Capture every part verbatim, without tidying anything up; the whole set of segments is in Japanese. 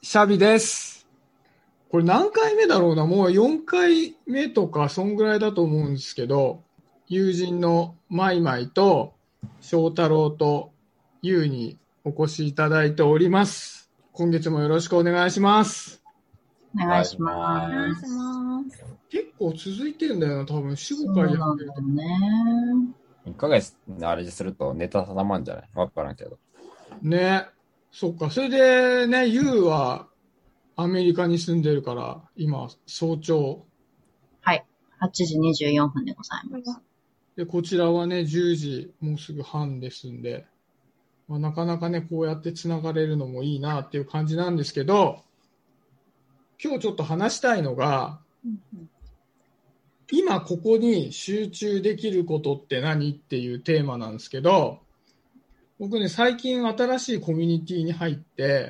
シャビです。これ何回目だろうな、もうよんかいめとかそんぐらいだと思うんですけど、友人のマイマイと翔太郎とユウにお越しいただいております。今月もよろしくお願いします。 お願いしまお願いしす。 ます。 結構続いてるんだよな、多分よん、 そうごかいやなんってると。 だね。 いっかげつあれするとネタ定まんじゃないわからんけど。 ね。そっか。それでね、ユウはアメリカに住んでるから、今、早朝。 はい。はちじにじゅうよんぷんでございます。 で、こちらはね、じゅうじ、もうすぐ半ですんで、まあ、なかなかね、こうやってつながれるのもいいなっていう感じなんですけど、今日ちょっと話したいのが、今ここに集中できることって何っていうテーマなんですけど、僕ね、最近新しいコミュニティに入って、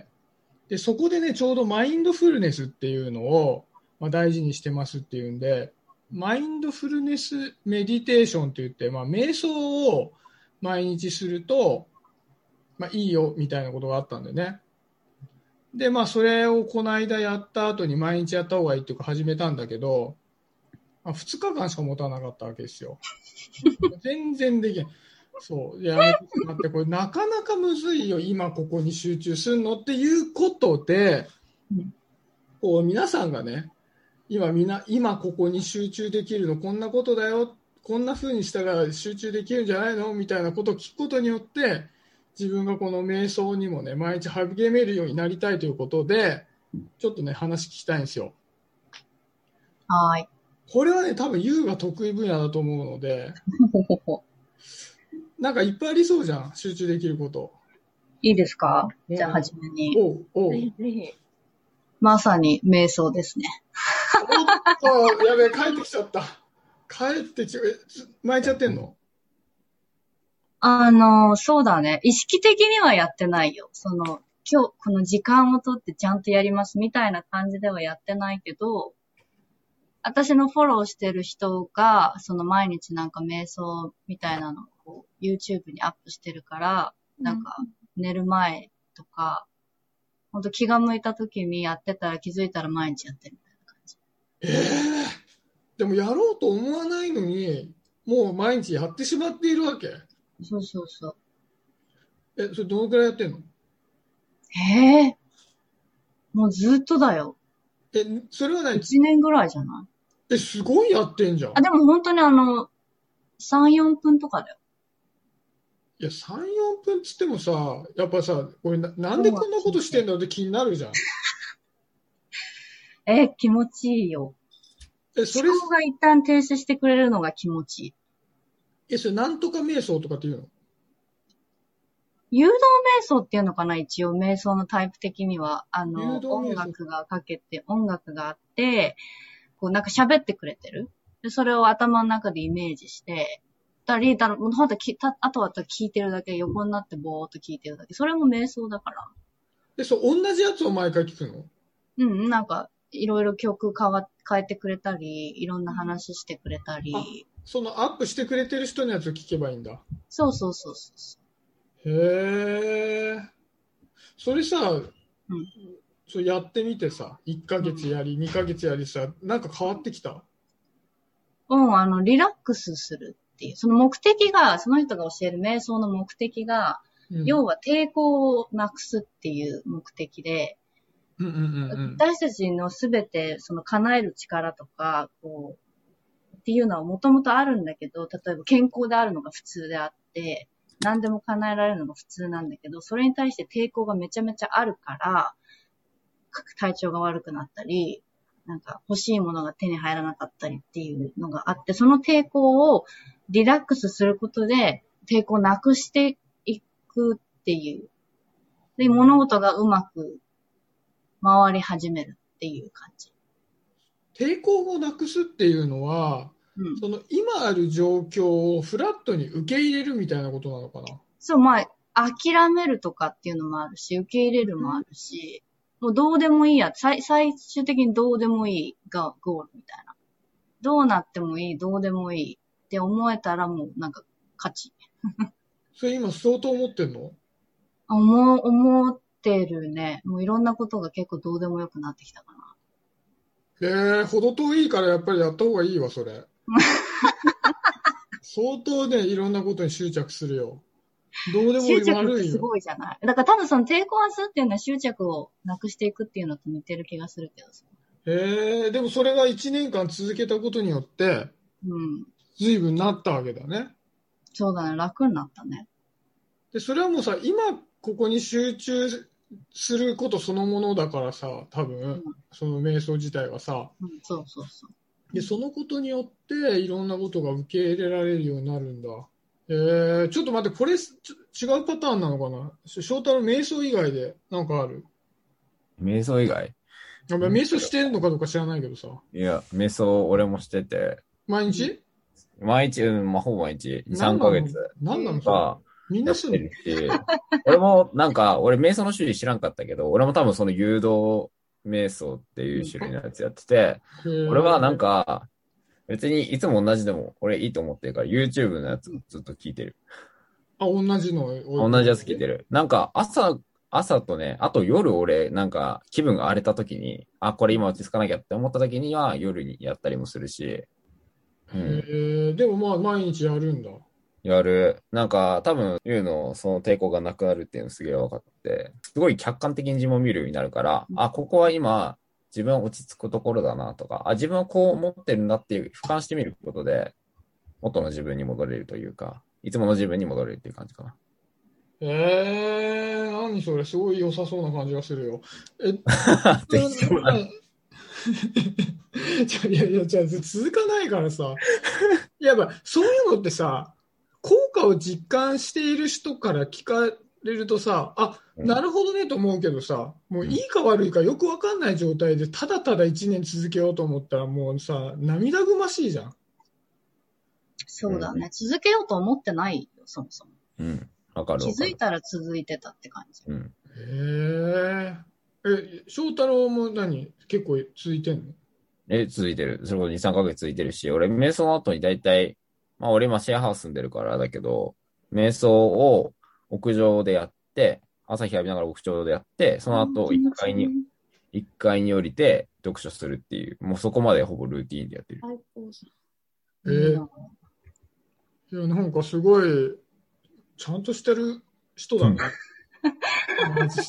で、そこでね、ちょうどマインドフルネスっていうのを、まあ、大事にしてますっていうんで、マインドフルネスメディテーションって言って、まあ、瞑想を毎日すると、まあ、いいよみたいなことがあったんでね。で、まあ、それをこの間やった後に毎日やった方がいいっていうか始めたんだけど、まあ、ふつかかんしか持たなかったわけですよ。全然できない。そう。やめてしまって、これなかなかむずいよ、今ここに集中するのっていうことで、こう皆さんがね、今みんな、今ここに集中できるの、こんなことだよ、こんな風にしたら集中できるんじゃないのみたいなことを聞くことによって、自分がこの瞑想にもね、毎日励めるようになりたいということで、ちょっとね、話聞きたいんですよ。 はーい。 これはね、多分、ユウが得意分野だと思うので、 ほほほ。 なんかいっぱいありそうじゃん、集中できること。 いいですか？ うん、 じゃあ、はじめに。 おう、おう。 ぜひぜひ。 まさに瞑想ですね。 おっと、やべえ、帰ってきちゃった。帰ってきちゃ、え、巻いちゃってんの？ あの、そうだね。意識的にはやってないよ。その、今日、この時間をとってちゃんとやりますみたいな感じではやってないけど、私のフォローしてる人が、その毎日なんか瞑想みたいなのをこう YouTube にアップしてるから、なんか寝る前とか、ほんと気が向いた時にやってたら気づいたら毎日やってるみたいな感じ。 ええー、でもやろうと思わないのに、もう毎日やってしまっているわけ。 そうそうそう。 え、それどのくらいやってんの？ ええー、もうずっとだよ。 え、それは何？ 一年ぐらいじゃない？ え、すごいやってんじゃあ、 ん。 でも本当にあの、さん、よんぷんとかだよ。 いや、さん、よんぷんつってもさ、やっぱさ、俺な、なんで音楽こんなことして聴いて。 んだって気になるじゃん。 えー、気持ちいいよ。 え、それ、 思考が一旦停止してくれるのが気持ちいい。 え、それなんとか瞑想とかっていうの？ 誘導瞑想っていうのかな、一応瞑想のタイプ的には。あの、 誘導瞑想。 音楽がかけて、音楽があって、こうなんか喋ってくれてる。で、それを頭の中でイメージして、たり、だほんときた、あとは聞いてるだけ、横になってぼーっと聞いてるだけ。それも瞑想だから。 で、そう、同じやつを毎回聞くの？ うん、なんか、いろいろ曲変わ、変えてくれたり、いろんな話してくれたあ、 り。 そのアップしてくれてる人のやつを聞けばいいんだ。 そうそうそうそうそへえ。それさ、 う。うん。 そうやってみてさ、いっかげつやり、にかげつやりさ、なんか変わってきた？ うん、あの、リラックスするっていう。その目的が、その人が教える瞑想の目的が、 うん、 要は抵抗をなくすっていう目的で、 うんうんうんうん。 私たちのすべて、その叶える力とか、こう、っていうのはもともとあるんだけど、例えば健康であるのが普通であって、何でも叶えられるのが普通なんだけど、それに対して抵抗がめちゃめちゃあるから、体調が悪くなったり、なんか欲しいものが手に入らなかったりっていうのがあって、その抵抗をリラックスすることで抵抗をなくしていくっていう。で、物事がうまく回り始めるっていう感じ。 抵抗をなくすっていうのは、 うん。 その今ある状況をフラットに受け入れるみたいなことなのかな？ そう、まあ、諦めるとかっていうのもあるし、受け入れるもあるし、もうどうでもいいや、最、最終的にどうでもいいがゴールみたいな。どうなってもいい、どうでもいいって思えたらもうなんか勝ち。 それ今相当思ってんの？ 思う、思ってるね。もういろんなことが結構どうでもよくなってきたかな。 えー、ほど遠いからやっぱりやった方がいいわ、それ。相当ね、いろんなことに執着するよ。どうでも執着っ悪いよ。 てすごいじゃない。だから多分その抵抗圧っていうのは執着をなくしていくっていうのと似てる気がするけどさ。 えー、でもそれがいちねんかん続けたことによって、 うん。 随分なったわけだね。 そうだね。楽になったね。 で、それはもうさ、今ここに集中することそのものだからさ、多分、 うん、 その瞑想自体はさ、 うん、そうそうそう。 で、そのことによっていろんなことが受け入れられるようになるんだ。えー、ちょっと待って、これちょ違うパターンなのかな。翔太郎、瞑想以外でなんかある？ 瞑想以外？ あ瞑想してるのかどうか知らないけどさ。 いや、瞑想俺もしてて、 毎日？ 毎日、うん、まあ、ほぼ毎日、に、3 何なのヶ月何なのそれ。 はみんなすやってるの？ るし、俺もなんか、俺瞑想の種類知らんかったけど、俺も多分その誘導瞑想っていう種類のやつやってて、俺はなんか、別にいつも同じでも俺いいと思ってるから YouTube のやつずっと聞いてる。 あ、同じの。 同じやつ聞いてる。なんか朝、朝とね、あと夜俺なんか気分が荒れた時に、あ、これ今落ち着かなきゃって思った時には夜にやったりもするし、 うん、へえ、でもまあ毎日やるんだ。 やる。なんか多分言うのその抵抗がなくなるっていうのすげえ分かって、すごい客観的に自分を見るようになるから、あ、ここは今自分は落ち着くところだなとか、あ、自分はこう思ってるんだっていう俯瞰してみることで、元の自分に戻れるというか、いつもの自分に戻れるっていう感じかな。 えー、何それ、すごい良さそうな感じがするよ。え、 適当だ。 いやいや、じゃあ続かないからさ。やっぱそういうのってさ、効果を実感している人から聞かれるとさ、あ、なるほどねと思うけどさ、もういいか悪いかよくわかんない状態でただただいちねん続けようと思ったらもうさ、涙ぐましいじゃん。 そうだね。続けようと思ってないよ、そもそも。 うん。わかる気わかる。 づいたら続いてたって感じ。 うん。 へえ。え、翔太郎も何結構続いてんの？ え、続いてる。それこそに、さんかげつ続いてるし、俺、瞑想の後に大体、まあ俺今シェアハウス住んでるからだけど、瞑想を屋上でやって、朝日浴びながら屋上でやって、その後いっかいに、いっかいに降りて読書するっていう、もうそこまでほぼルーティーンでやってる。 最高じゃん。えー、いや、なんかすごい、ちゃんとしてる人だね。マジ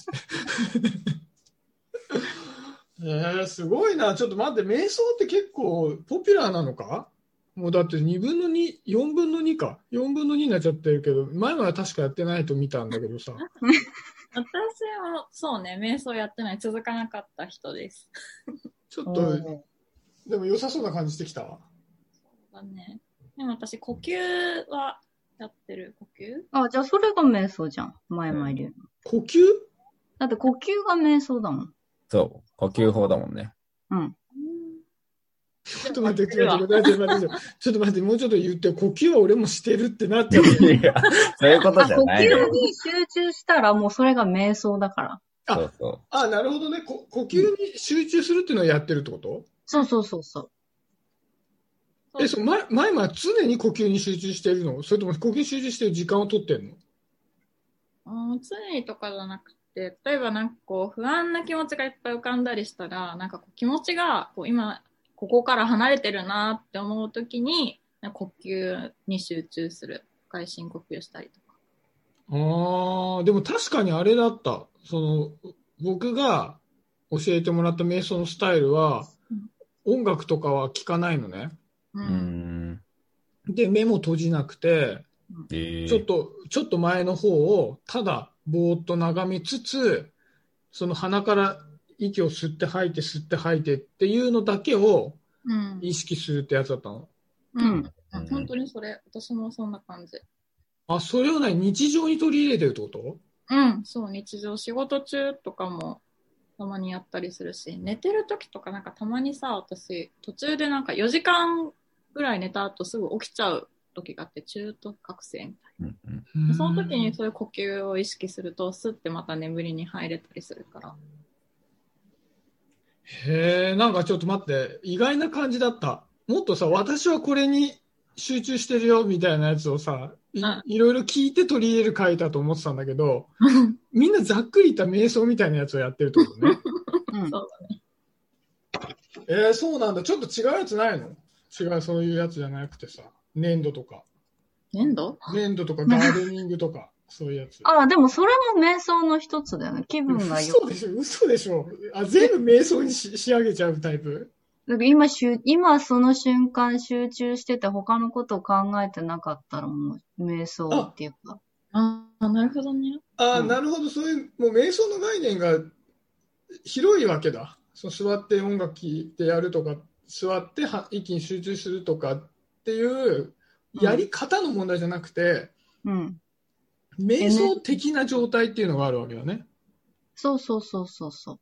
えー、すごいな。ちょっと待って、瞑想って結構ポピュラーなのか？もうだってにぶんのに、よんぶんのにか。よんぶんのにになっちゃってるけど、前は確かやってないと見たんだけどさ。 私は、そうね、瞑想やってない、続かなかった人です。 ちょっと、でも良さそうな感じしてきたわ。 そうだね。でも私、呼吸はやってる。呼吸？ あ、じゃあそれが瞑想じゃん。前々流の。 呼吸？ だって呼吸が瞑想だもん。 そう。呼吸法だもんね。 うん。 ちょっと待って、ちょっと待って、待って、ちょっと待って、もうちょっと言って、呼吸は俺もしてるってなっちゃう。いや、そういうことじゃないの。 呼吸に集中したらもうそれが瞑想だから。 あ、 そうそう。 あ、なるほどね。こ呼吸に集中するっていうのをやってるってこと？ そうそうそうそう。 え、そう、前、前は常に呼吸に集中してるの？それとも呼吸に集中してる時間を取ってんの？ うん、常にとかじゃなくて、例えばなんかこう、不安な気持ちがいっぱい浮かんだりしたら、なんかこう気持ちがこう今、ここから離れてるなって思うときに、呼吸に集中する。深い深呼吸したりとか。 ああ、でも確かにあれだった。その、僕が教えてもらった瞑想のスタイルは、うん、音楽とかは聞かないのね。 うん。 で、目も閉じなくて、 えー、 ちょっと、ちょっと前の方をただぼーっと眺めつつ、その鼻から息を吸って吐いて吸って吐いてっていうのだけを意識するってやつだったの。 うん。うん、本当にそれ。私もそんな感じ。 あ、それをね、日常に取り入れてるってこと？ うん、そう、日常。仕事中とかもたまにやったりするし、寝てる時とかなんかたまにさ、私、途中でなんかよじかんぐらい寝た後すぐ起きちゃう時があって、中途覚醒みたいな。うんうん、その時にそういう呼吸を意識すると、スッてまた眠りに入れたりするから。 へえ、なんかちょっと待って、意外な感じだった。もっとさ、私はこれに集中してるよみたいなやつをさ、 いうんいろいろ聞いて取り入れる回だと思ってたんだけど、みんなざっくり言った瞑想みたいなやつをやってるってことね。 うん。 そうだね。 えー、そうなんだ。ちょっと違うやつないの？違う、そういうやつじゃなくてさ、粘土とか、 粘土粘土とかガーデニングとか、そういうやつ。 あ、でもそれも瞑想の一つだよね。気分がよく。 嘘でしょ、嘘でしょ。あ、全部瞑想にし仕上げちゃうタイプ。 だから今しゅ、今その瞬間集中してて他のことを考えてなかったらもう瞑想っていうか。 ああ、なるほどね。 あ、 うんなるほど。そういう、もう瞑想の概念が広いわけだ。そう座って音楽聴いてやるとか、座っては一気に集中するとかっていうやり方の問題じゃなくて、 うん。 瞑想的な状態っていうのがあるわけだね。 そうそうそうそうそう。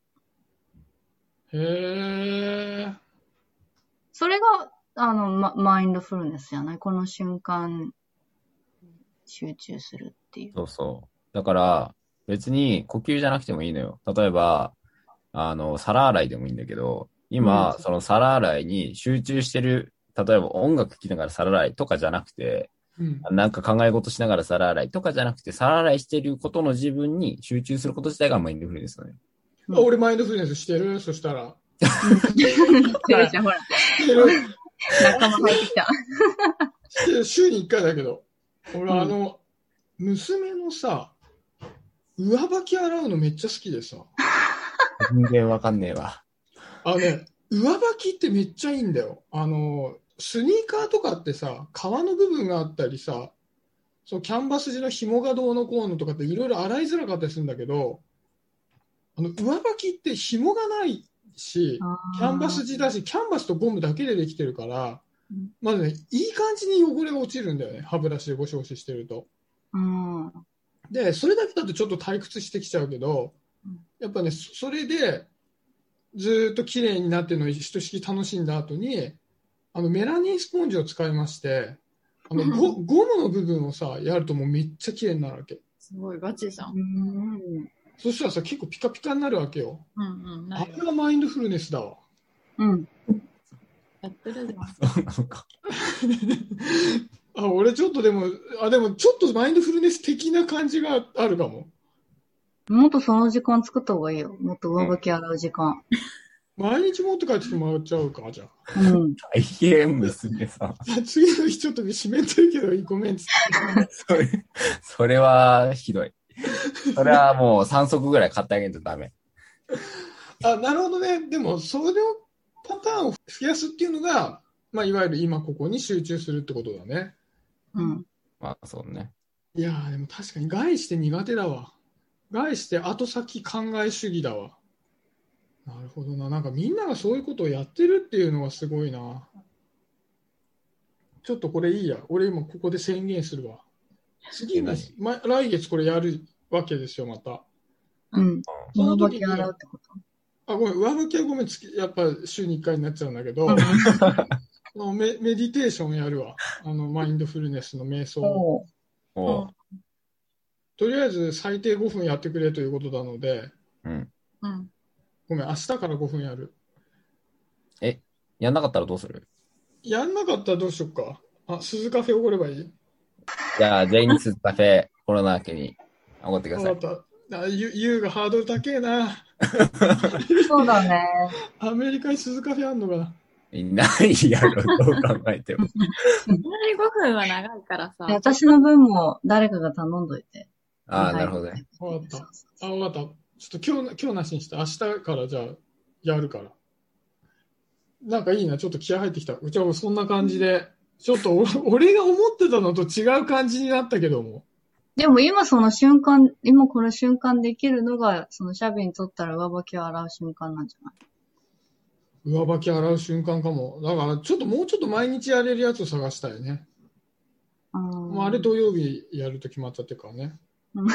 へー。 それが、あの、ま、マインドフルネスじゃない？この瞬間、集中するっていう。 そうそう。だから、別に呼吸じゃなくてもいいのよ。例えば、あの、皿洗いでもいいんだけど、今、 うんその皿洗いに集中してる、例えば音楽聴きながら皿洗いとかじゃなくて、 うん。 なんか考え事しながら皿洗いとかじゃなくて、皿洗いしてることの自分に集中すること自体がマインドフルネスだね。 あ、俺マインドフルネスしてる？そしたら。 してるじゃん、ほら。 してる。 仲間入ってきた。 してる。週にいっかいだけど。俺、 うんあの、娘のさ、上履き洗うのめっちゃ好きでさ。 全然わかんねえわ。 あのね、上履きってめっちゃいいんだよ。あの、スニーカーとかってさ、革の部分があったりさ、そうキャンバス地の紐がどうのこうのとかっていろいろ洗いづらかったりするんだけど、あの上履きって紐がないし、キャンバス地だし、キャンバスとゴムだけでできてるから、 うんまずね、いい感じに汚れが落ちるんだよね。歯ブラシでゴシゴシしてると。 うん。 で、それだけだとちょっと退屈してきちゃうけどうん、 やっぱね、そそれでずーっと綺麗になってるのをひとしき楽しんだ後に、あのメラニンスポンジを使いまして、あのゴゴムの部分をさ、やるともうめっちゃ綺麗になるわけ。 すごいガチじゃん。 うん。 そしたらさ、結構ピカピカになるわけよ。 うんうん。なあるよれがマインドフルネスだわ。 うん。 やってるじゃん。 そうなのか。 あ、俺ちょっとでも、あ、でもちょっとマインドフルネス的な感じがあるかも。 もっとその時間作った方がいいよ。もっと上履き洗う時間。 毎日持って帰ってきてもらっちゃうか、じゃあ。 うん。 大変娘さん。 次の日ちょっと湿ってるけど、ごめんっつって。 それ、それはひどい。それはもうさん足ぐらい買ってあげるとダメ。 あ、なるほどね。でも、それをパターンを増やすっていうのが、まあ、いわゆる今ここに集中するってことだね。 うん。 まあそうね。 いやー、でも確かに概して苦手だわ。概して後先考え主義だわ。なるほどな。なんかみんながそういうことをやってるっていうのがすごいな。ちょっとこれいいや。俺今ここで宣言するわ。次の、ま、来月これやるわけですよ、また。 うん。 その上履時にき洗うってこと？ あ、ごめん、上履きはごめん、月やっぱ週にいっかいになっちゃうんだけど、あのメメディテーションやるわ。あの、マインドフルネスの瞑想を。 おう。 おう。 とりあえず最低ごふんやってくれということなので、 うん。 うん。 ごめん、明日からごふんやる。 やんなかったらどうする？ やんなかったらどうしよっか。あ、鈴カフェおごればいい？ じゃあ、全員スカフェ、コロナ明けにおごってください。 わかった。あ、ゆ、ゆうがハードル高えな。 そうだね。 アメリカに鈴カフェあんのかな。 いないやろ、どう考えても。 いきなりごふんは長いからさ。 私の分も誰かが頼んどいて。 ああ、なるほどね。 わかった。あ、わかった。ちょっと今日、今日なしにして、明日からじゃあやるから。なんかいいな、ちょっと気合入ってきた。じゃあそんな感じで、ちょっとお俺が思ってたのと違う感じになったけども。 でも今その瞬間、今この瞬間できるのが、そのシャビにとったら上履きを洗う瞬間なんじゃない？ 上履き洗う瞬間かも。だからちょっともうちょっと毎日やれるやつを探したいね。 うん。 もうあれ土曜日やると決まっちゃってるからね。 うん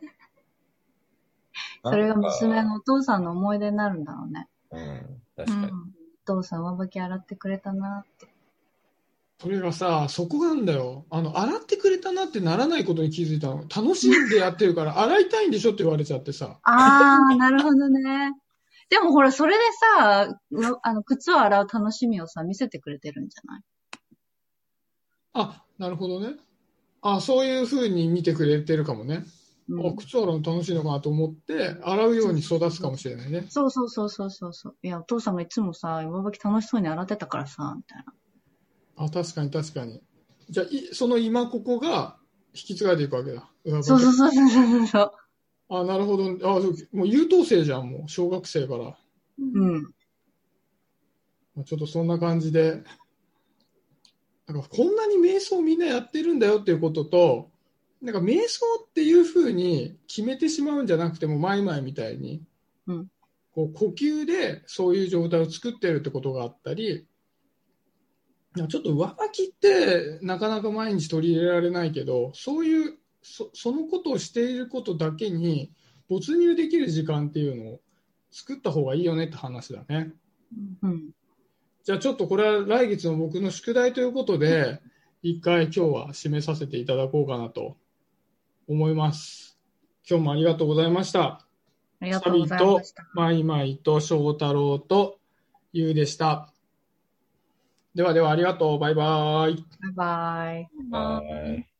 それが娘のお父さんの思い出になるんだろうね。 うん、 う確かに。 ん。 お父さん上履き洗ってくれたなって。 それがさ、そこなんだよ。あの、洗ってくれたなってならないことに気づいたの。楽しんでやってるから、洗いたいんでしょって言われちゃってさ。 あー、なるほどね。でもほら、それでさ、うわあの、靴を洗う楽しみをさ、見せてくれてるんじゃない？ あ、なるほどね。 あ、そういうふうに見てくれてるかもね。 うんあ、靴洗うの楽しいのかなと思って、洗うように育つかもしれないね。 そうそうそうそうそうそう。いや、お父さんがいつもさ、上履き楽しそうに洗ってたからさ、みたいな。 あ、確かに確かに。じゃあ、いその今ここが引き継がれていくわけだ。上履きそうそうそうそうそうそう。 あ、なるほど。あ、そうもう優等生じゃん、もう。小学生から。 うん。 ちょっとそんな感じで。なんかこんなに瞑想みんなやってるんだよっていうことと、なんか瞑想っていうふうに決めてしまうんじゃなくても、マイマイみたいに、 うんこう呼吸でそういう状態を作ってるってことがあったり、ちょっと上履きってなかなか毎日取り入れられないけど、そういうそ、そのことをしていることだけに没入できる時間っていうのを作った方がいいよねって話だね。 うん。 じゃあちょっとこれは来月の僕の宿題ということで、一回今日は締めさせていただこうかなと思います。今日もありがとうございました。 ありがとうございました。 サビとマイマイと翔太郎とゆうでした。ではではありがとう。バイバイ。 バイバイ。 はい。